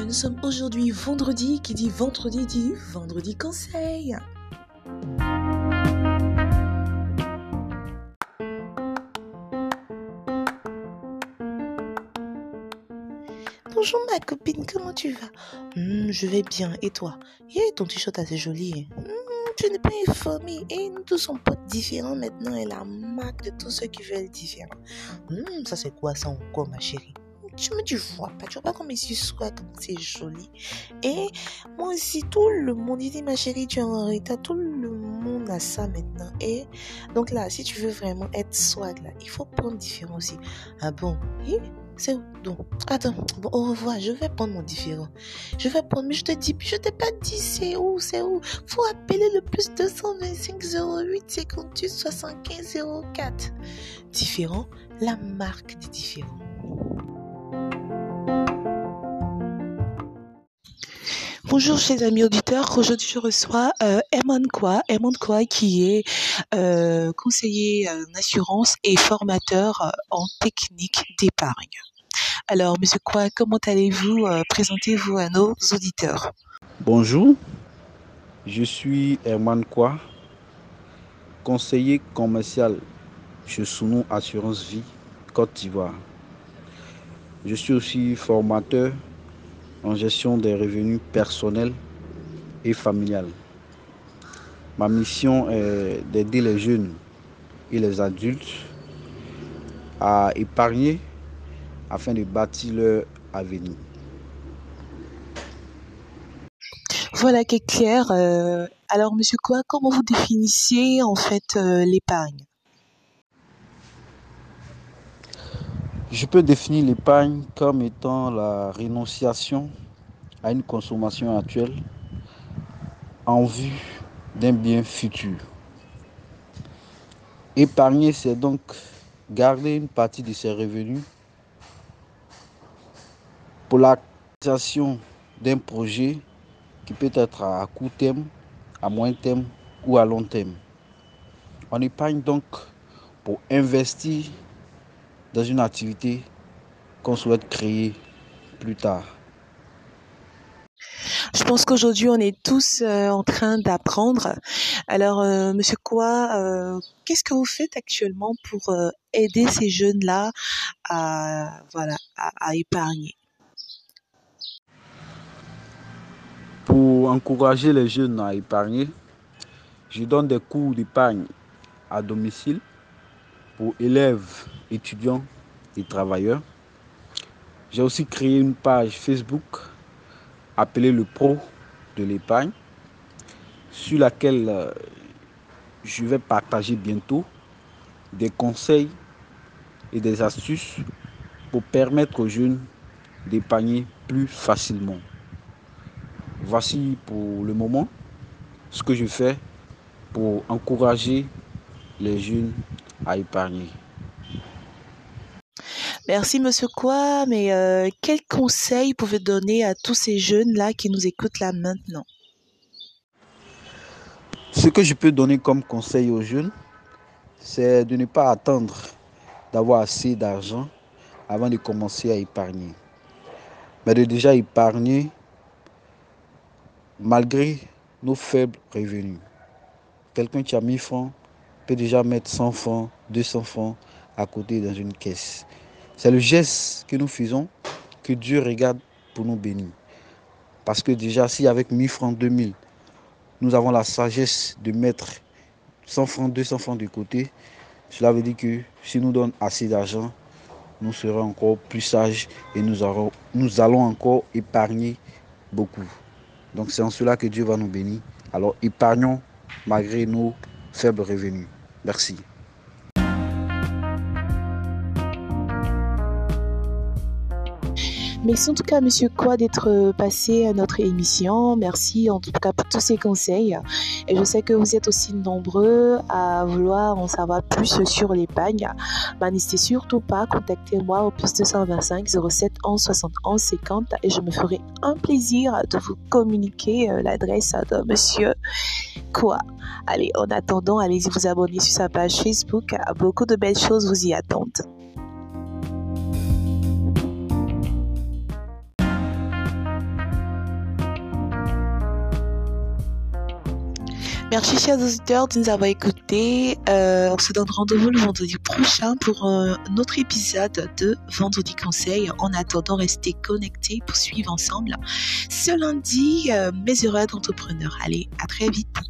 nous sommes aujourd'hui vendredi. Qui dit vendredi dit vendredi conseil. Bonjour ma copine, comment tu vas? Je vais bien, et toi? Ton t-shirt assez joli. Tu n'es pas informée. Et nous tous sommes potes différents maintenant et la marque de tous ceux qui veulent être différents. Ça c'est quoi ça encore ma chérie? Tu vois pas comme ici soit comme c'est joli. Et moi aussi, tout le monde dit ma chérie, tu es en retard, tout le monde a ça maintenant. Et donc là, si tu veux vraiment être swag là, il faut prendre différent aussi. Ah bon? C'est où? Donc, attends, bon, au revoir, je vais prendre mon différent. Mais je t'ai pas dit c'est où? Faut appeler le plus 225 08 58 75 04. Différent, la marque des différents. Bonjour chers amis auditeurs, aujourd'hui je reçois Herman Kwa qui est conseiller en assurance et formateur en technique d'épargne. Alors monsieur Kwa, comment allez-vous? Présentez-vous à nos auditeurs. Bonjour, je suis Herman Kwa, conseiller commercial chez Sounou Assurance Vie, Côte d'Ivoire. Je suis aussi formateur en gestion des revenus personnels et familiales. Ma mission est d'aider les jeunes et les adultes à épargner afin de bâtir leur avenir. Voilà qui est clair. Alors monsieur Kwa, comment vous définissez en fait l'épargne? Je peux définir l'épargne comme étant la renonciation à une consommation actuelle en vue d'un bien futur. Épargner, c'est donc garder une partie de ses revenus pour la réalisation d'un projet qui peut être à court terme, à moyen terme ou à long terme. On épargne donc pour investir dans une activité qu'on souhaite créer plus tard. Je pense qu'aujourd'hui, on est tous en train d'apprendre. Alors, monsieur Kwa, qu'est-ce que vous faites actuellement pour aider ces jeunes-là à épargner? Pour encourager les jeunes à épargner, je donne des cours d'épargne à domicile pour élèves, étudiants et travailleurs. J'ai aussi créé une page Facebook appelée le Pro de l'épargne, sur laquelle je vais partager bientôt des conseils et des astuces pour permettre aux jeunes d'épargner plus facilement. Voici pour le moment ce que je fais pour encourager les jeunes à épargner. Merci monsieur Kwa, mais quel conseil pouvez-vous donner à tous ces jeunes-là qui nous écoutent là maintenant? Ce que je peux donner comme conseil aux jeunes, c'est de ne pas attendre d'avoir assez d'argent avant de commencer à épargner. Mais de déjà épargner malgré nos faibles revenus. Quelqu'un qui a 1000 francs peut déjà mettre 100 francs, 200 francs à côté dans une caisse. C'est le geste que nous faisons que Dieu regarde pour nous bénir. Parce que déjà, si avec 1000 francs, 2000, nous avons la sagesse de mettre 100 francs, 200 francs de côté, cela veut dire que si nous donne assez d'argent, nous serons encore plus sages et nous allons encore épargner beaucoup. Donc c'est en cela que Dieu va nous bénir. Alors épargnons malgré nos faibles revenus. Merci. Merci en tout cas, monsieur Kwa, d'être passé à notre émission. Merci en tout cas pour tous ces conseils. Et je sais que vous êtes aussi nombreux à vouloir en savoir plus sur l'épargne. N'hésitez surtout pas, contactez-moi au plus 225 07 11 71 50 et je me ferai un plaisir de vous communiquer l'adresse de monsieur Kwa. Allez, en attendant, allez-y vous abonner sur sa page Facebook. Beaucoup de belles choses vous y attendent. Merci chers auditeurs de nous avoir écoutés. On se donne rendez-vous le vendredi prochain pour notre épisode de Vendredi Conseil. En attendant, restez connectés pour suivre ensemble ce lundi mes erreurs d'entrepreneur. Allez, à très vite.